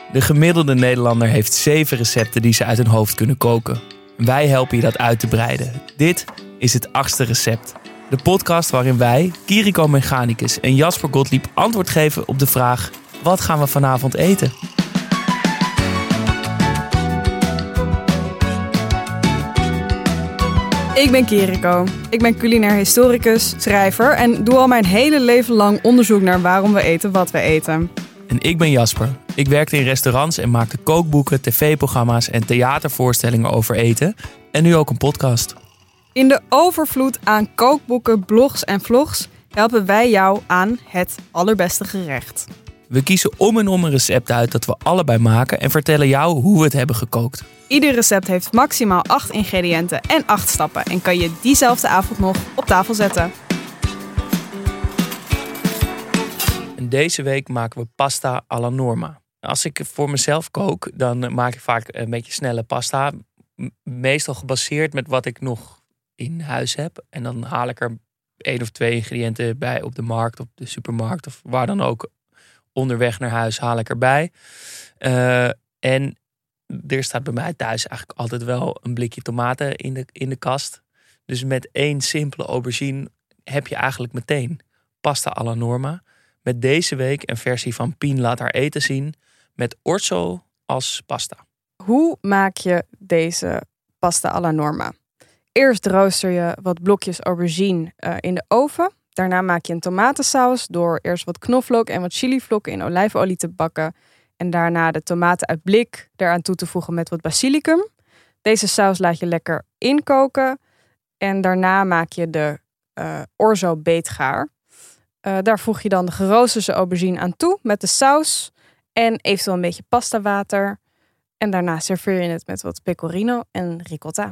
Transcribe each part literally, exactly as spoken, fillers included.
De gemiddelde Nederlander heeft zeven recepten die ze uit hun hoofd kunnen koken. Wij helpen je dat uit te breiden. Dit is het achtste recept. De podcast waarin wij, Kiriko Mechanicus en Jasper Gottlieb antwoord geven op de vraag: wat gaan we vanavond eten? Ik ben Kiriko. Ik ben culinair historicus, schrijver en doe al mijn hele leven lang onderzoek naar waarom we eten wat we eten. En ik ben Jasper. Ik werkte in restaurants en maakte kookboeken, tv-programma's en theatervoorstellingen over eten. En nu ook een podcast. In de overvloed aan kookboeken, blogs en vlogs helpen wij jou aan het allerbeste gerecht. We kiezen om en om een recept uit dat we allebei maken en vertellen jou hoe we het hebben gekookt. Ieder recept heeft maximaal acht ingrediënten en acht stappen en kan je diezelfde avond nog op tafel zetten. En deze week maken we pasta alla norma. Als ik voor mezelf kook, dan maak ik vaak een beetje snelle pasta. Meestal gebaseerd met wat ik nog in huis heb. En dan haal ik er één of twee ingrediënten bij op de markt, op de supermarkt of waar dan ook. Onderweg naar huis haal ik erbij. Uh, en er staat bij mij thuis eigenlijk altijd wel een blikje tomaten in de, in de kast. Dus met één simpele aubergine heb je eigenlijk meteen pasta alla norma. Met deze week een versie van Pien laat haar eten zien met orzo als pasta. Hoe maak je deze pasta alla norma? Eerst rooster je wat blokjes aubergine uh, in de oven. Daarna maak je een tomatensaus door eerst wat knoflook en wat chilivlokken in olijfolie te bakken. En daarna de tomaten uit blik eraan toe te voegen met wat basilicum. Deze saus laat je lekker inkoken. En daarna maak je de uh, orzo beetgaar. Uh, daar voeg je dan de geroosterde aubergine aan toe met de saus. En eventueel een beetje pastawater. En daarna serveer je het met wat pecorino en ricotta.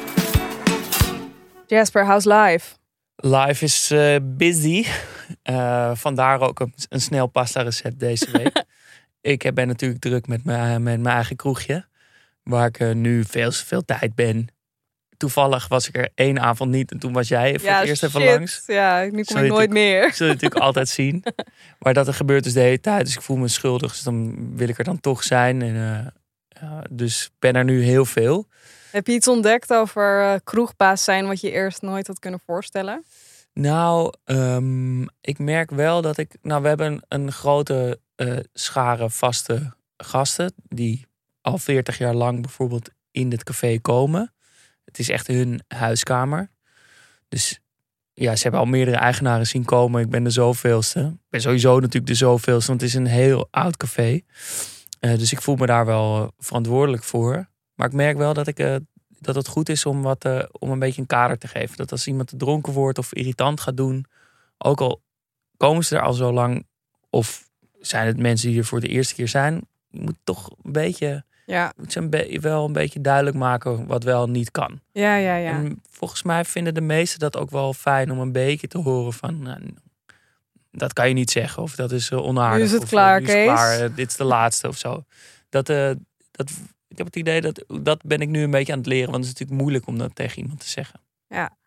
Jasper, how's life? Life is uh, busy. Uh, vandaar ook een, een snel pasta recept deze week. Ik ben natuurlijk druk met mijn, met mijn eigen kroegje. Waar ik uh, nu veel, veel tijd ben. Toevallig was ik er één avond niet. En toen was jij voor ja, het eerst shit. even langs. Ja, nu kom ik nooit meer. Zul je natuurlijk altijd zien. Maar dat er gebeurt dus de hele tijd. Dus ik voel me schuldig. Dus dan wil ik er dan toch zijn. En, uh, uh, dus ben er nu heel veel. Heb je iets ontdekt over uh, kroegbaas zijn wat je eerst nooit had kunnen voorstellen? Nou, um, ik merk wel dat ik... Nou, we hebben een, een grote uh, schare vaste gasten. Die al veertig jaar lang bijvoorbeeld in dit café komen. Het is echt hun huiskamer. Dus ja, ze hebben al meerdere eigenaren zien komen. Ik ben de zoveelste. Ik ben sowieso natuurlijk de zoveelste, want het is een heel oud café. Uh, dus ik voel me daar wel uh, verantwoordelijk voor. Maar ik merk wel dat, ik, uh, dat het goed is om, wat, uh, om een beetje een kader te geven. Dat als iemand te dronken wordt of irritant gaat doen, ook al komen ze er al zo lang, of zijn het mensen die er voor de eerste keer zijn, je moet toch een beetje... Ja. Moet ze een be- wel een beetje duidelijk maken wat wel niet kan. Ja, ja, ja. En volgens mij vinden de meesten dat ook wel fijn om een beetje te horen van... Nou, dat kan je niet zeggen of dat is uh, onaardig. Nu is het of, klaar, nu is het Kees. klaar, uh, dit is de laatste of zo. Dat, uh, dat, ik heb het idee dat dat ben ik nu een beetje aan het leren. Want het is natuurlijk moeilijk om dat tegen iemand te zeggen. Ja.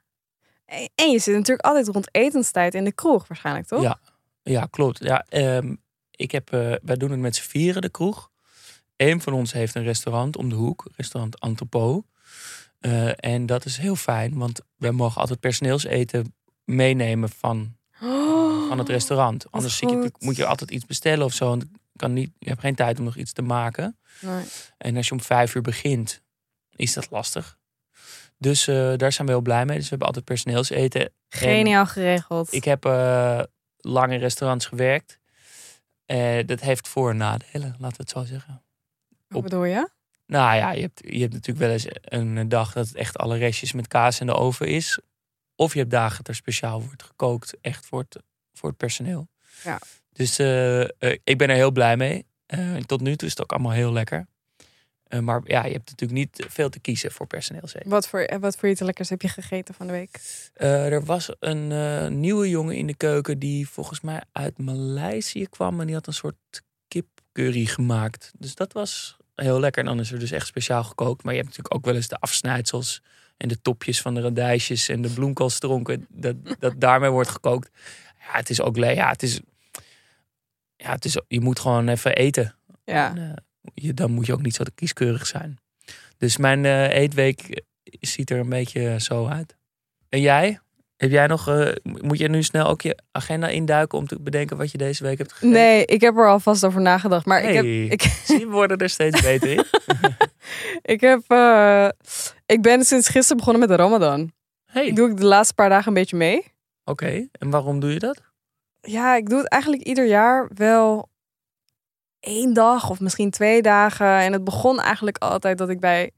En je zit natuurlijk altijd rond etenstijd in de kroeg waarschijnlijk, toch? Ja, ja klopt. Ja, um, ik heb, uh, wij doen het met z'n vieren, de kroeg. Eén van ons heeft een restaurant om de hoek, restaurant Antropo. Uh, en dat is heel fijn, want we mogen altijd personeelseten meenemen van, oh, van het restaurant. Anders zie je, moet je altijd iets bestellen of zo. En kan niet, je hebt geen tijd om nog iets te maken. Nee. En als je om vijf uur begint, is dat lastig. Dus uh, daar zijn we heel blij mee. Dus we hebben altijd personeelseten. Geniaal en geregeld. Ik heb uh, lang in restaurants gewerkt. Uh, dat heeft voor- en nadelen, laten we het zo zeggen. Wat bedoel je? Nou ja, je hebt, je hebt natuurlijk wel eens een dag dat het echt alle restjes met kaas in de oven is. Of je hebt dagen dat er speciaal wordt gekookt, echt voor het, voor het personeel. Ja. Dus uh, uh, ik ben er heel blij mee. Uh, tot nu toe is het ook allemaal heel lekker. Uh, maar ja, je hebt natuurlijk niet veel te kiezen voor personeelseten. Wat voor, wat voor iets lekkers heb je gegeten van de week? Uh, er was een uh, nieuwe jongen in de keuken die volgens mij uit Maleisië kwam. En die had een soort kipcurry gemaakt. Dus dat was heel lekker. En dan is er dus echt speciaal gekookt. Maar je hebt natuurlijk ook wel eens de afsnijdsels en de topjes van de radijsjes en de bloemkoolstronken. Dat, dat daarmee wordt gekookt. Ja, het is ook le- ja, het is, ja, het is, je moet gewoon even eten. Ja. En, uh, je, dan moet je ook niet zo te kieskeurig zijn. Dus mijn uh, eetweek ziet er een beetje zo uit. En jij? Heb jij nog, uh, moet je nu snel ook je agenda induiken om te bedenken wat je deze week hebt gegeten? Nee, ik heb er alvast over nagedacht. Maar hey, ik heb, ik... zie, we worden er steeds beter in. ik, heb, uh, ik ben sinds gisteren begonnen met de Ramadan. Hey. Ik doe ik de laatste paar dagen een beetje mee. Oké, okay. En waarom doe je dat? Ja, ik doe het eigenlijk ieder jaar wel één dag of misschien twee dagen. En het begon eigenlijk altijd dat ik bij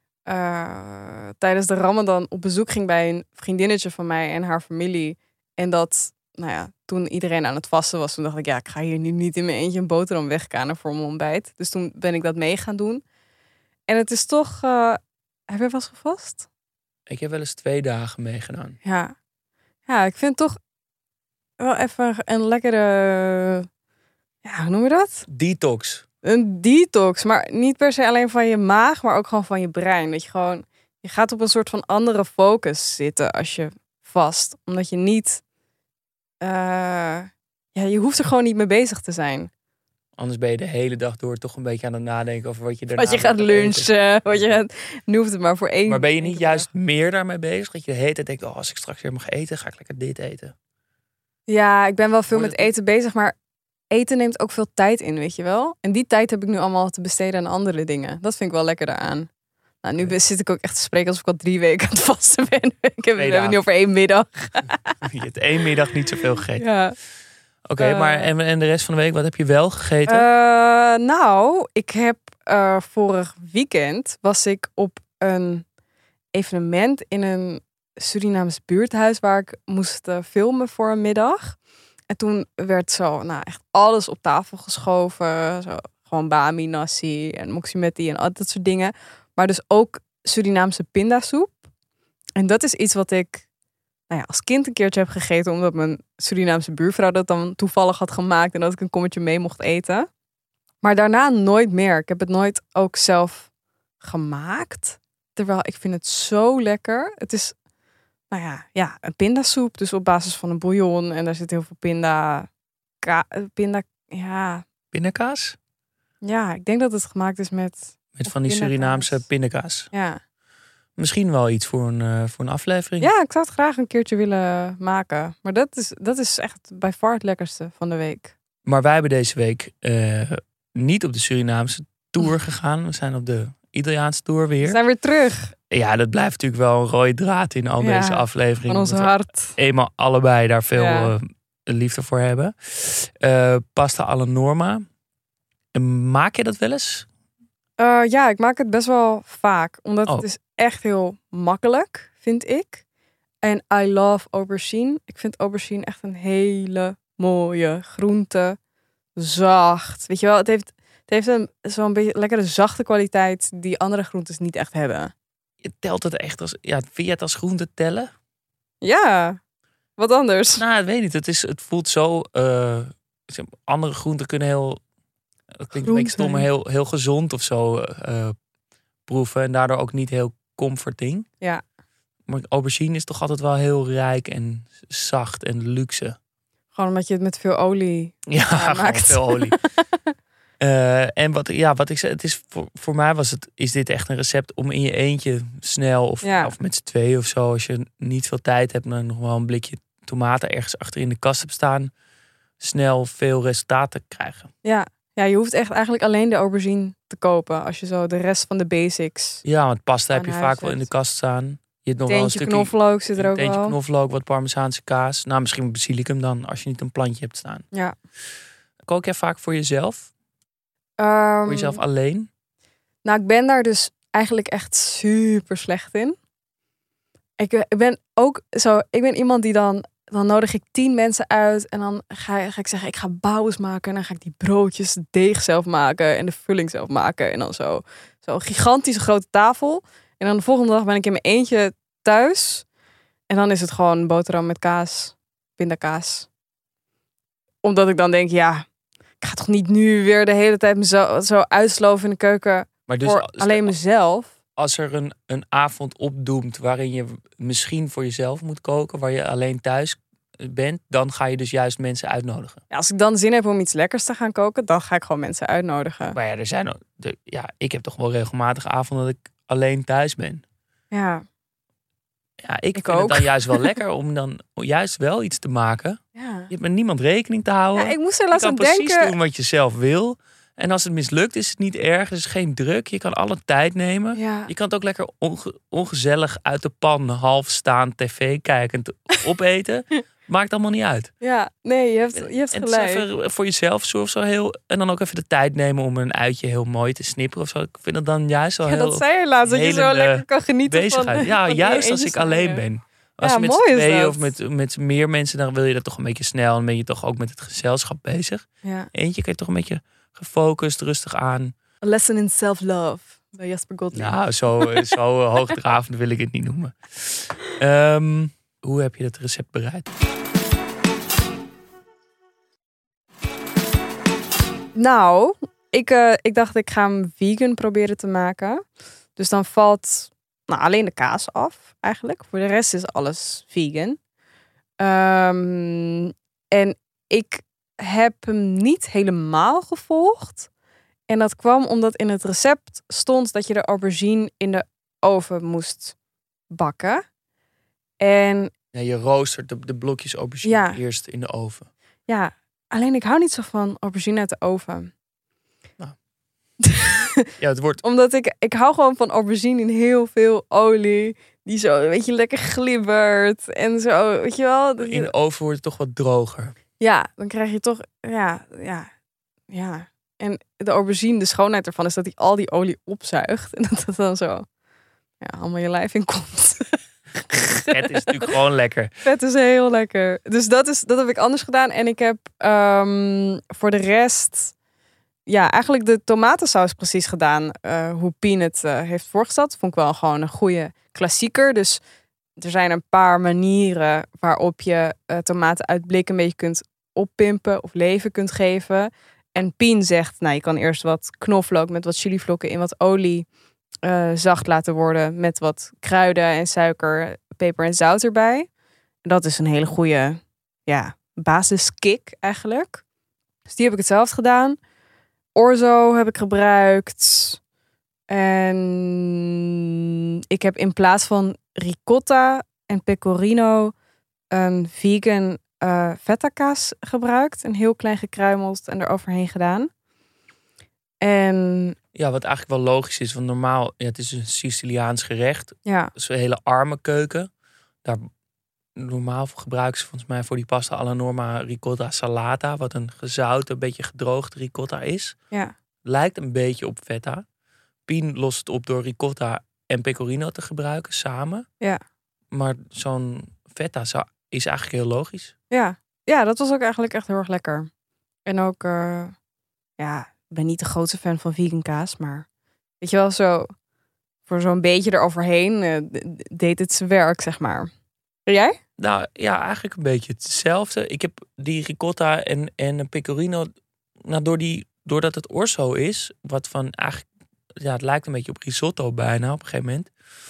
uh, tijdens de Ramadan op bezoek ging bij een vriendinnetje van mij en haar familie. En dat, nou ja, toen iedereen aan het vasten was, toen dacht ik, ja, ik ga hier nu niet in mijn eentje een boterham wegkanen voor mijn ontbijt. Dus toen ben ik dat mee gaan doen. En het is toch, uh, heb je vast gevast? Ik heb wel eens twee dagen meegedaan. Ja, ja, ik vind toch wel even een lekkere, ja, hoe noem je dat? Detox. Een detox, maar niet per se alleen van je maag, maar ook gewoon van je brein. Dat je gewoon, je gaat op een soort van andere focus zitten als je vast. Omdat je niet, uh, ja, je hoeft er gewoon niet mee bezig te zijn. Anders ben je de hele dag door toch een beetje aan het nadenken over wat je daarna Wat je gaat lunchen, wat je gaat, nu hoeft het maar voor één. Maar ben je niet juist dag. meer daarmee bezig? Dat je de hele tijd denkt, oh, als ik straks weer mag eten, ga ik lekker dit eten. Ja, ik ben wel veel met eten bezig, maar eten neemt ook veel tijd in, weet je wel. En die tijd heb ik nu allemaal te besteden aan andere dingen. Dat vind ik wel lekker daaraan. Nou, nu zit ik ook echt te spreken alsof ik al drie weken aan het vasten ben. Ik heb, we hebben het nu over één middag. Je hebt één middag niet zoveel gegeten. Ja. Oké, okay, uh, maar en, en de rest van de week, wat heb je wel gegeten? Uh, nou, ik heb uh, vorig weekend was ik op een evenement in een Surinaams buurthuis waar ik moest uh, filmen voor een middag. En toen werd zo, nou echt alles op tafel geschoven. Zo, gewoon bami, nasi en moximeti en al dat soort dingen. Maar dus ook Surinaamse pindasoep. En dat is iets wat ik nou ja, als kind een keertje heb gegeten, omdat mijn Surinaamse buurvrouw dat dan toevallig had gemaakt en dat ik een kommetje mee mocht eten. Maar daarna nooit meer. Ik heb het nooit ook zelf gemaakt. Terwijl ik vind het zo lekker. Het is, nou ja, ja een pindasoep. Dus op basis van een bouillon. En daar zit heel veel pinda... Ka, pinda ja. Pindakaas? Ja, ik denk dat het gemaakt is met... Met van die pindakaas. Surinaamse pindakaas. Ja. Misschien wel iets voor een, uh, voor een aflevering. Ja, ik zou het graag een keertje willen maken. Maar dat is, dat is echt bij far het lekkerste van de week. Maar wij hebben deze week uh, niet op de Surinaamse tour gegaan. We zijn op de Italiaanse tour weer. We zijn weer terug. Ja, dat blijft natuurlijk wel een rode draad in al ja, deze afleveringen. Van ons hart. Eenmaal allebei daar veel ja. uh, liefde voor hebben. Uh, pasta alla norma. Maak je dat wel eens? Uh, ja, ik maak het best wel vaak. Omdat oh. het is echt heel makkelijk, vind ik. En I love aubergine. Ik vind aubergine echt een hele mooie groente. Zacht. Weet je wel, het heeft, het heeft een zo'n beetje lekkere zachte kwaliteit die andere groentes niet echt hebben. Je telt het echt als, ja, vind je het als groente tellen? Ja, wat anders? Nou, ik weet niet. Het, is, het voelt zo, uh, andere groenten kunnen heel, het klinkt een beetje stom, maar heel, heel gezond of zo uh, proeven. En daardoor ook niet heel comforting. Ja. Maar aubergine is toch altijd wel heel rijk en zacht en luxe. Gewoon omdat je het met veel olie ja, maakt. Veel olie. uh, en wat, ja, wat ik zei, het is voor, voor mij was het, is dit echt een recept om in je eentje snel of, ja. of met z'n tweeën of zo, als je niet veel tijd hebt, dan nog wel een blikje tomaten ergens achter in de kast hebt staan, snel veel resultaten krijgen. Ja. Ja, je hoeft echt eigenlijk alleen de aubergine te kopen als je zo de rest van de basics. Ja, want pasta heb je vaak wel in de kast staan. Je hebt nog wel een stukje knoflook zit er ook wel. Teentje knoflook, wat parmezaanse kaas. Nou, misschien basilicum dan, als je niet een plantje hebt staan. Ja. Kook jij vaak voor jezelf? Um, voor jezelf alleen? Nou, ik ben daar dus eigenlijk echt super slecht in. Ik, ik ben ook zo, ik ben iemand die dan, dan nodig ik tien mensen uit en dan ga, ga ik zeggen, ik ga bouwens maken en dan ga ik die broodjes, de deeg zelf maken en de vulling zelf maken en dan zo, zo een gigantische grote tafel. En dan de volgende dag ben ik in mijn eentje thuis. En dan is het gewoon boterham met kaas. Pindakaas. Omdat ik dan denk, ja, ik ga toch niet nu weer de hele tijd me zo, zo uitsloven in de keuken. Maar dus voor als, alleen mezelf. Als er een, een avond opdoemt waarin je misschien voor jezelf moet koken. Waar je alleen thuis bent, dan ga je dus juist mensen uitnodigen. Ja, als ik dan zin heb om iets lekkers te gaan koken, dan ga ik gewoon mensen uitnodigen. Maar ja, er zijn ook, de, ja, ik heb toch wel regelmatig avonden dat ik alleen thuis ben. Ja. Ja, ik, Ik vind ook. het dan juist wel lekker om dan juist wel iets te maken. Ja. Je hebt met niemand rekening te houden. Ja, ik moest er je laatst kan aan precies denken. doen wat je zelf wil. En als het mislukt, is het niet erg. Er is geen druk. Je kan alle tijd nemen. Ja. Je kan het ook lekker onge- ongezellig uit de pan, half staan, tv kijkend opeten. Maakt allemaal niet uit. Ja, nee, je hebt, je hebt En gelijk. even voor jezelf zorg zo heel. En dan ook even de tijd nemen om een uitje heel mooi te snipperen of zo. Ik vind het dan juist wel Ja, heel dat zei je laatst, dat je zo helende lekker kan genieten bezigheid. van... Ja, van juist die als ik eentjes alleen snijden. ben. Als Ja, je met mooi z'n is tweeën dat. of met, met meer mensen, dan wil je dat toch een beetje snel. En dan ben je toch ook met het gezelschap bezig. Ja. Eentje kan je toch een beetje gefocust, rustig aan. A lesson in self-love bij Jasper Gottlieb. Nou, zo, zo uh, hoogdravend wil ik het niet noemen. Um, hoe heb je het recept bereid? Nou, ik, uh, ik dacht ik ga hem vegan proberen te maken. Dus dan valt nou, alleen de kaas af eigenlijk. Voor de rest is alles vegan. Um, en ik heb hem niet helemaal gevolgd. En dat kwam omdat in het recept stond dat je de aubergine in de oven moest bakken. En Ja, je roostert de, de blokjes aubergine Ja. eerst in de oven. ja, alleen ik hou niet zo van aubergine uit de oven. Ja, het wordt... Omdat ik, ik hou gewoon van aubergine in heel veel olie. Die zo, weet je, lekker glibbert. En zo, weet je wel. Dat je- In de oven wordt het toch wat droger. Ja, dan krijg je toch, ja, ja, ja. En de aubergine, de schoonheid ervan is dat hij al die olie opzuigt. En dat het dan zo, ja, allemaal je lijf in komt. Het is natuurlijk gewoon lekker. Vet is heel lekker. Dus dat, is, dat heb ik anders gedaan. En ik heb um, voor de rest, ja, eigenlijk de tomatensaus precies gedaan. Uh, hoe Pien het uh, heeft voorgesteld. Vond ik wel gewoon een goede klassieker. Dus er zijn een paar manieren waarop je uh, tomaten uit blik een beetje kunt oppimpen of leven kunt geven. En Pien zegt, nou, je kan eerst wat knoflook met wat chilivlokken in wat olie uh, zacht laten worden. Met wat kruiden en suiker, peper en zout erbij. Dat is een hele goede, ja, basiskick eigenlijk. Dus die heb ik hetzelfde gedaan. Orzo heb ik gebruikt. En ik heb in plaats van ricotta en pecorino een vegan uh, feta kaas gebruikt. Een heel klein gekruimeld en eroverheen gedaan. En Ja, wat eigenlijk wel logisch is. Want normaal, ja, het is een Siciliaans gerecht. ja, Dat is een hele arme keuken. Daar normaal gebruiken ze volgens mij voor die pasta alla norma ricotta salata. Wat een gezouten, beetje gedroogde ricotta is. ja, Lijkt een beetje op feta. Pien lost het op door ricotta en pecorino te gebruiken samen. ja, Maar zo'n feta zou, is eigenlijk heel logisch. ja. Ja, dat was ook eigenlijk echt heel erg lekker. En ook, uh, ja, ik ben niet de grootste fan van vegan kaas, maar weet je wel, zo voor zo'n beetje eroverheen uh, deed het zijn werk, zeg maar. En jij? Nou ja, eigenlijk een beetje hetzelfde. Ik heb die ricotta en, en pecorino, nou, door die, doordat het orzo is, wat van eigenlijk, ja, het lijkt een beetje op risotto bijna op een gegeven moment,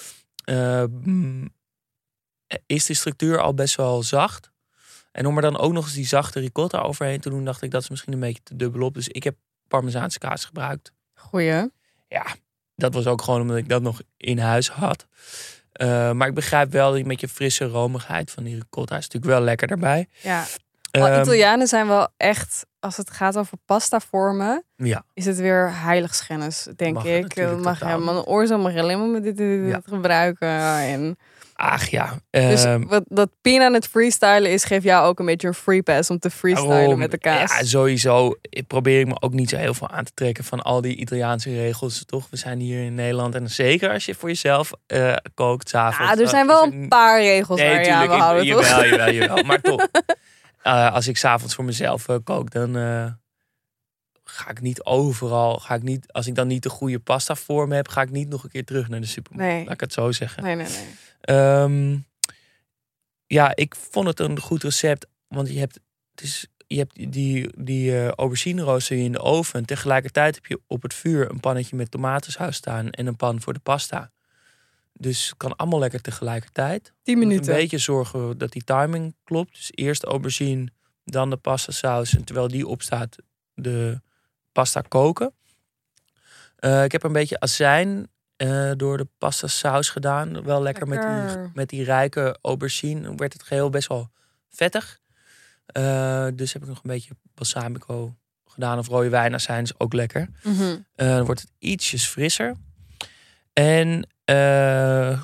uh, is de structuur al best wel zacht. En om er dan ook nog eens die zachte ricotta overheen te doen, dacht ik dat is misschien een beetje te dubbel op. Dus ik heb Parmezaanse kaas gebruikt. Goeie. Ja, dat was ook gewoon omdat ik dat nog in huis had. Uh, maar ik begrijp wel dat met je frisse romigheid van die ricotta is natuurlijk wel lekker daarbij. Ja. Wel, Um, Italianen zijn wel echt, als het gaat over pasta vormen, ja, is het weer heiligschennis, denk Mag het ik. natuurlijk Mag totaal helemaal een oorzaam mag je alleen maar met dit, dit, dit Ja. gebruiken. En ach ja. dus Um, wat dat Pien aan het freestylen is, geeft jou ook een beetje een free pass om te freestylen Daarom, met de kaas. Ja, sowieso probeer ik me ook niet zo heel veel aan te trekken van al die Italiaanse regels. Toch, we zijn hier in Nederland. En zeker als je voor jezelf uh, kookt, 's avonds. Ja, er zijn wel een paar regels Nee, waar je aan tuurlijk. wil houden, ik, toch? jawel, jawel, jawel. Maar toch, uh, als ik 's avonds voor mezelf uh, kook, dan uh, ga ik niet overal, ga ik niet, als ik dan niet de goede pasta voor me heb, ga ik niet nog een keer terug naar de supermarkt. Nee. Laat ik het zo zeggen. Nee, nee, nee. Um, ja, ik vond het een goed recept. Want je hebt, het is, je hebt die, die uh, aubergine rooster in de oven. Tegelijkertijd heb je op het vuur een pannetje met tomatensaus staan. En een pan voor de pasta. Dus het kan allemaal lekker tegelijkertijd. tien minuten. Een beetje zorgen dat die timing klopt. Dus eerst de aubergine, dan de pasta saus. En terwijl die opstaat, de pasta koken. Uh, ik heb een beetje azijn uh, door de pasta saus gedaan. Wel lekker, lekker. Met, die, met die rijke aubergine. Dan werd het geheel best wel vettig. Uh, dus heb ik nog een beetje balsamico gedaan. Of rode wijnazijn is ook lekker. Mm-hmm. Uh, dan wordt het ietsjes frisser. En uh,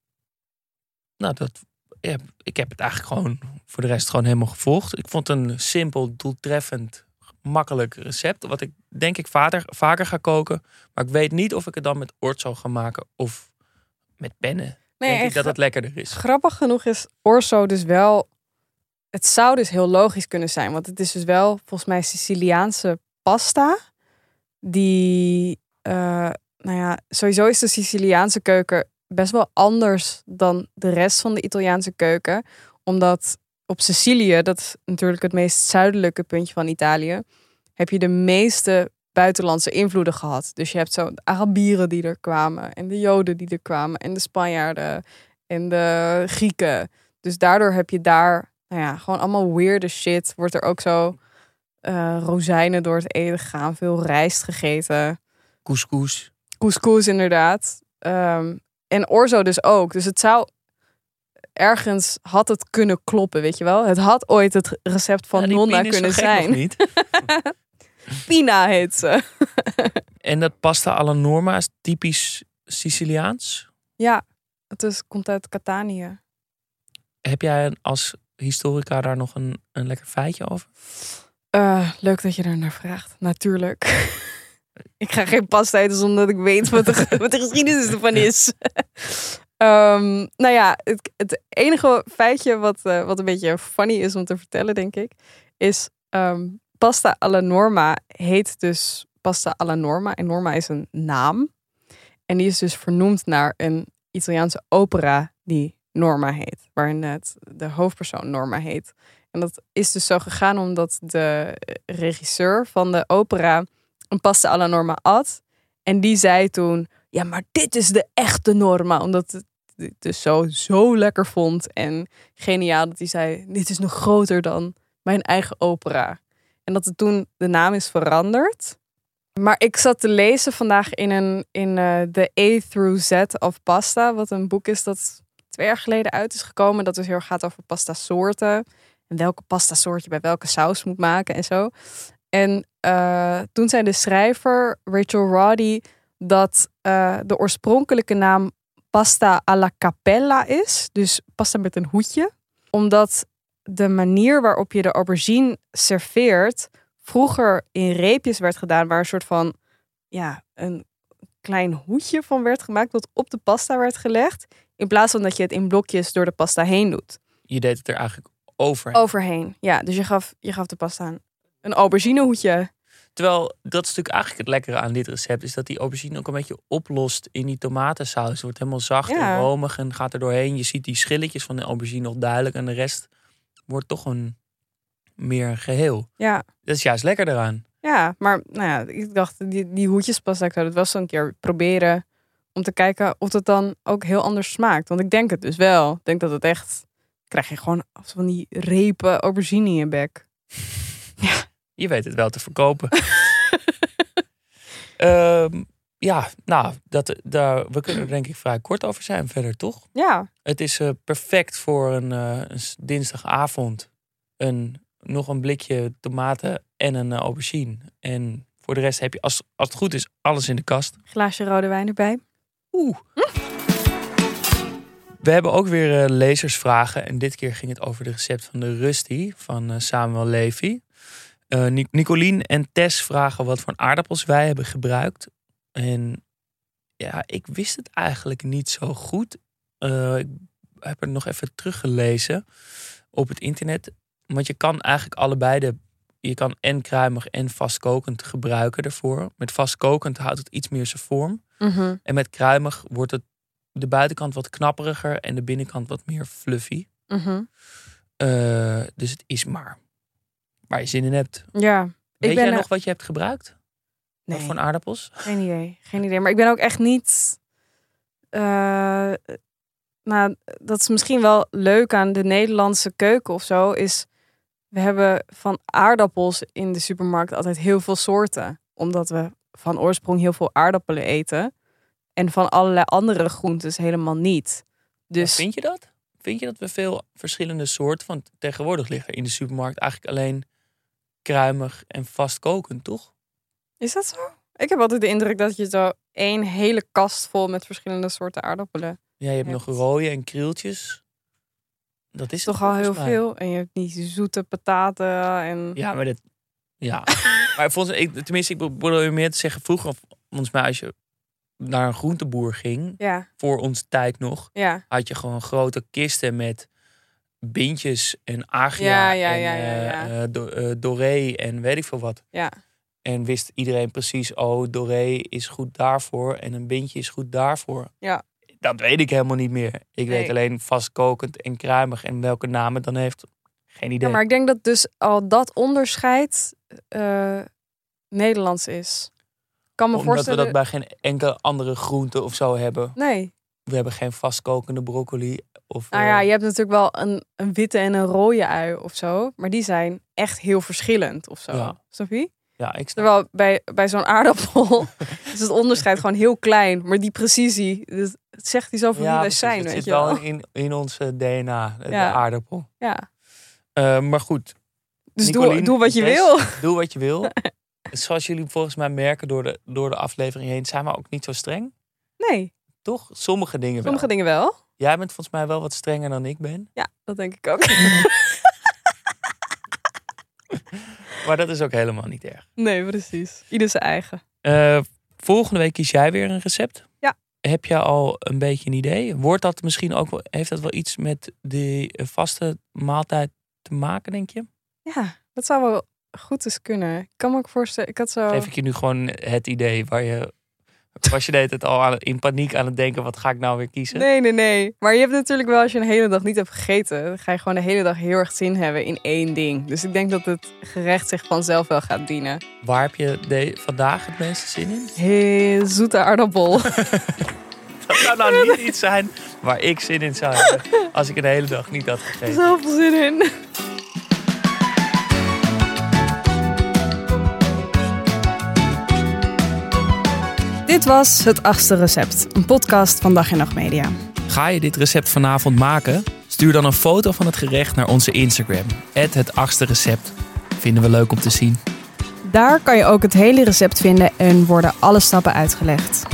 nou, dat, ja, ik heb het eigenlijk gewoon voor de rest gewoon helemaal gevolgd. Ik vond het een simpel, doeltreffend, makkelijk recept. Wat ik denk ik vaker, vaker ga koken. Maar ik weet niet of ik het dan met orzo ga maken of met pennen. Nee, denk ik dat het lekkerder is. Grappig genoeg is orzo dus wel... Het zou dus heel logisch kunnen zijn. Want het is dus wel volgens mij Siciliaanse pasta. Die, uh, nou ja, sowieso is de Siciliaanse keuken best wel anders dan de rest van de Italiaanse keuken. Omdat op Sicilië, dat is natuurlijk het meest zuidelijke puntje van Italië, heb je de meeste buitenlandse invloeden gehad. Dus je hebt zo de Arabieren die er kwamen en de Joden die er kwamen en de Spanjaarden en de Grieken. Dus daardoor heb je daar, nou ja, gewoon allemaal weirde shit. Wordt er ook zo uh, rozijnen door het eten gegaan, veel rijst gegeten. Couscous. Couscous inderdaad. Um, en orzo dus ook. Dus het zou ergens had het kunnen kloppen, weet je wel. Het had ooit het recept van ja, Nonna kunnen zijn. Niet. Pina heet ze. En dat pasta alla norma is typisch Siciliaans? Ja, het is, komt uit Catania. Heb jij als historica daar nog een, een lekker feitje over? Uh, leuk dat je daar naar vraagt. Natuurlijk. Ik ga geen pasta eten zonder dat ik weet wat de, wat de geschiedenis ervan is. um, nou ja, het, het enige feitje wat, uh, wat een beetje funny is om te vertellen, denk ik, is um, pasta alla norma heet dus pasta alla norma. En norma is een naam. En die is dus vernoemd naar een Italiaanse opera die Norma heet. Waarin het, de hoofdpersoon Norma heet. En dat is dus zo gegaan omdat de regisseur van de opera een pasta alla norma at. En die zei toen, ja, maar dit is de echte Norma. Omdat het dus zo, zo lekker vond. En geniaal dat hij zei, dit is nog groter dan mijn eigen opera. En dat het toen de naam is veranderd. Maar ik zat te lezen vandaag in een in uh, The A through Z of Pasta. Wat een boek is dat twee jaar geleden uit is gekomen. Dat dus heel erg gaat over pasta soorten. En welke pasta soort je bij welke saus moet maken en zo. En uh, toen zei de schrijver Rachel Roddy dat uh, de oorspronkelijke naam pasta alla capella is. Dus pasta met een hoedje. Omdat de manier waarop je de aubergine serveert vroeger in reepjes werd gedaan, waar een soort van ja, een klein hoedje van werd gemaakt dat op de pasta werd gelegd. In plaats van dat je het in blokjes door de pasta heen doet. Je deed het er eigenlijk overheen. Overheen, ja. Dus je gaf, je gaf de pasta een, een auberginehoedje. Terwijl, dat is natuurlijk eigenlijk het lekkere aan dit recept, is dat die aubergine ook een beetje oplost in die tomatensaus. Het wordt helemaal zacht ja. en romig en gaat er doorheen. Je ziet die schilletjes van de aubergine nog duidelijk en de rest wordt toch een meer een geheel. Ja. Dat is juist lekker eraan. Ja, maar nou ja, ik dacht, die, die hoedjespasta, ik zou het wel zo een keer proberen om te kijken of het dan ook heel anders smaakt. Want ik denk het dus wel. Ik denk dat het echt, krijg je gewoon van die repen aubergine in je bek. Ja. Je weet het wel te verkopen. um, ja, nou, dat, daar, we kunnen er denk ik vrij kort over zijn verder, toch? Ja. Het is uh, perfect voor een, uh, een dinsdagavond. Een, nog een blikje tomaten en een uh, aubergine. En voor de rest heb je, als, als het goed is, alles in de kast. Glaasje rode wijn erbij. Oeh. Hm? We hebben ook weer uh, lezersvragen. En dit keer ging het over de recept van de Rusty van uh, Samuel Levy. Uh, Nicolien en Tess vragen wat voor aardappels wij hebben gebruikt. En ja, ik wist het eigenlijk niet zo goed. Uh, ik heb het nog even teruggelezen op het internet. Want je kan eigenlijk allebei de... Je kan en kruimig en vastkokend gebruiken ervoor. Met vastkokend houdt het iets meer zijn vorm. Mm-hmm. En met kruimig wordt het de buitenkant wat knapperiger en de binnenkant wat meer fluffy. Mm-hmm. Uh, dus het is maar waar je zin in hebt. Ja. Weet ik ben jij er... nog wat je hebt gebruikt? Nee. Wat voor aardappels? Geen idee. Geen idee. Maar ik ben ook echt niet Uh, nou, dat is misschien wel leuk aan de Nederlandse keuken of zo. Is we hebben van aardappels in de supermarkt altijd heel veel soorten. Omdat we van oorsprong heel veel aardappelen eten. En van allerlei andere groentes helemaal niet. Dus... Ja, vind je dat? Vind je dat we veel verschillende soorten... Want tegenwoordig ligt er in de supermarkt eigenlijk alleen kruimig en vastkokend, toch? Is dat zo? Ik heb altijd de indruk dat je zo één hele kast vol met verschillende soorten aardappelen... Ja, je hebt, hebt. nog rode en krieltjes. Dat is toch al heel mij. veel. En je hebt niet zoete pataten en... Ja, maar dat... Ja. maar volgens ik, tenminste, ik bedoel meer te zeggen... Vroeger, volgens mij, als je naar een groenteboer ging... Ja. Voor onze tijd nog... Ja. Had je gewoon grote kisten met... bintjes en agria ja, ja, en ja, ja, ja. Uh, do, uh, doré en weet ik veel wat. Ja. En wist iedereen precies... Oh, doré is goed daarvoor... en een bintje is goed daarvoor. Ja. Dat weet ik helemaal niet meer. Ik nee. weet alleen vastkokend en kruimig. En welke naam het dan heeft, geen idee. Ja, maar ik denk dat dus al dat onderscheid uh, Nederlands is. Kan me Omdat voorstellen... we dat bij geen enkele andere groente of zo hebben. Nee. We hebben geen vastkokende broccoli. Of, nou ja, je hebt natuurlijk wel een, een witte en een rode ui of zo. Maar die zijn echt heel verschillend of zo. Ja. Snap je? Ja, ik snap. Terwijl bij, bij zo'n aardappel is het onderscheid gewoon heel klein. Maar die precisie, dat zegt iets over ja, wie wij precies. zijn. Het weet zit je wel wel in, in ons D N A, de ja. aardappel. Ja. Uh, maar goed. Dus doe, doe wat je best, wil. Doe wat je wil. Zoals jullie volgens mij merken door de, door de aflevering heen... zijn we ook niet zo streng. Nee. Toch? Sommige dingen wel. Sommige dingen wel. Jij bent volgens mij wel wat strenger dan ik ben. Ja, dat denk ik ook. Maar dat is ook helemaal niet erg. Nee, precies. Ieder zijn eigen. Uh, volgende week kies jij weer een recept. Ja. Heb je al een beetje een idee? Wordt dat misschien ook wel, heeft dat wel iets met de vaste maaltijd te maken, denk je? Ja, dat zou wel goed eens kunnen. Ik kan me ook voorstellen, ik had zo... Geef ik je nu gewoon het idee waar je... Was je de hele tijd al aan, in paniek aan het denken, wat ga ik nou weer kiezen? Nee, nee, nee. Maar je hebt natuurlijk wel, als je een hele dag niet hebt gegeten... dan ga je gewoon de hele dag heel erg zin hebben in één ding. Dus ik denk dat het gerecht zich vanzelf wel gaat dienen. Waar heb je de, vandaag het meeste zin in? Heel zoete aardappel. Dat zou nou niet iets zijn waar ik zin in zou hebben... als ik een hele dag niet had gegeten. Zoveel zin in. Dit was Het Achtste Recept, een podcast van Dag en Nacht Media. Ga je dit recept vanavond maken? Stuur dan een foto van het gerecht naar onze Instagram. at het achtste recept. Vinden we leuk om te zien. Daar kan je ook het hele recept vinden en worden alle stappen uitgelegd.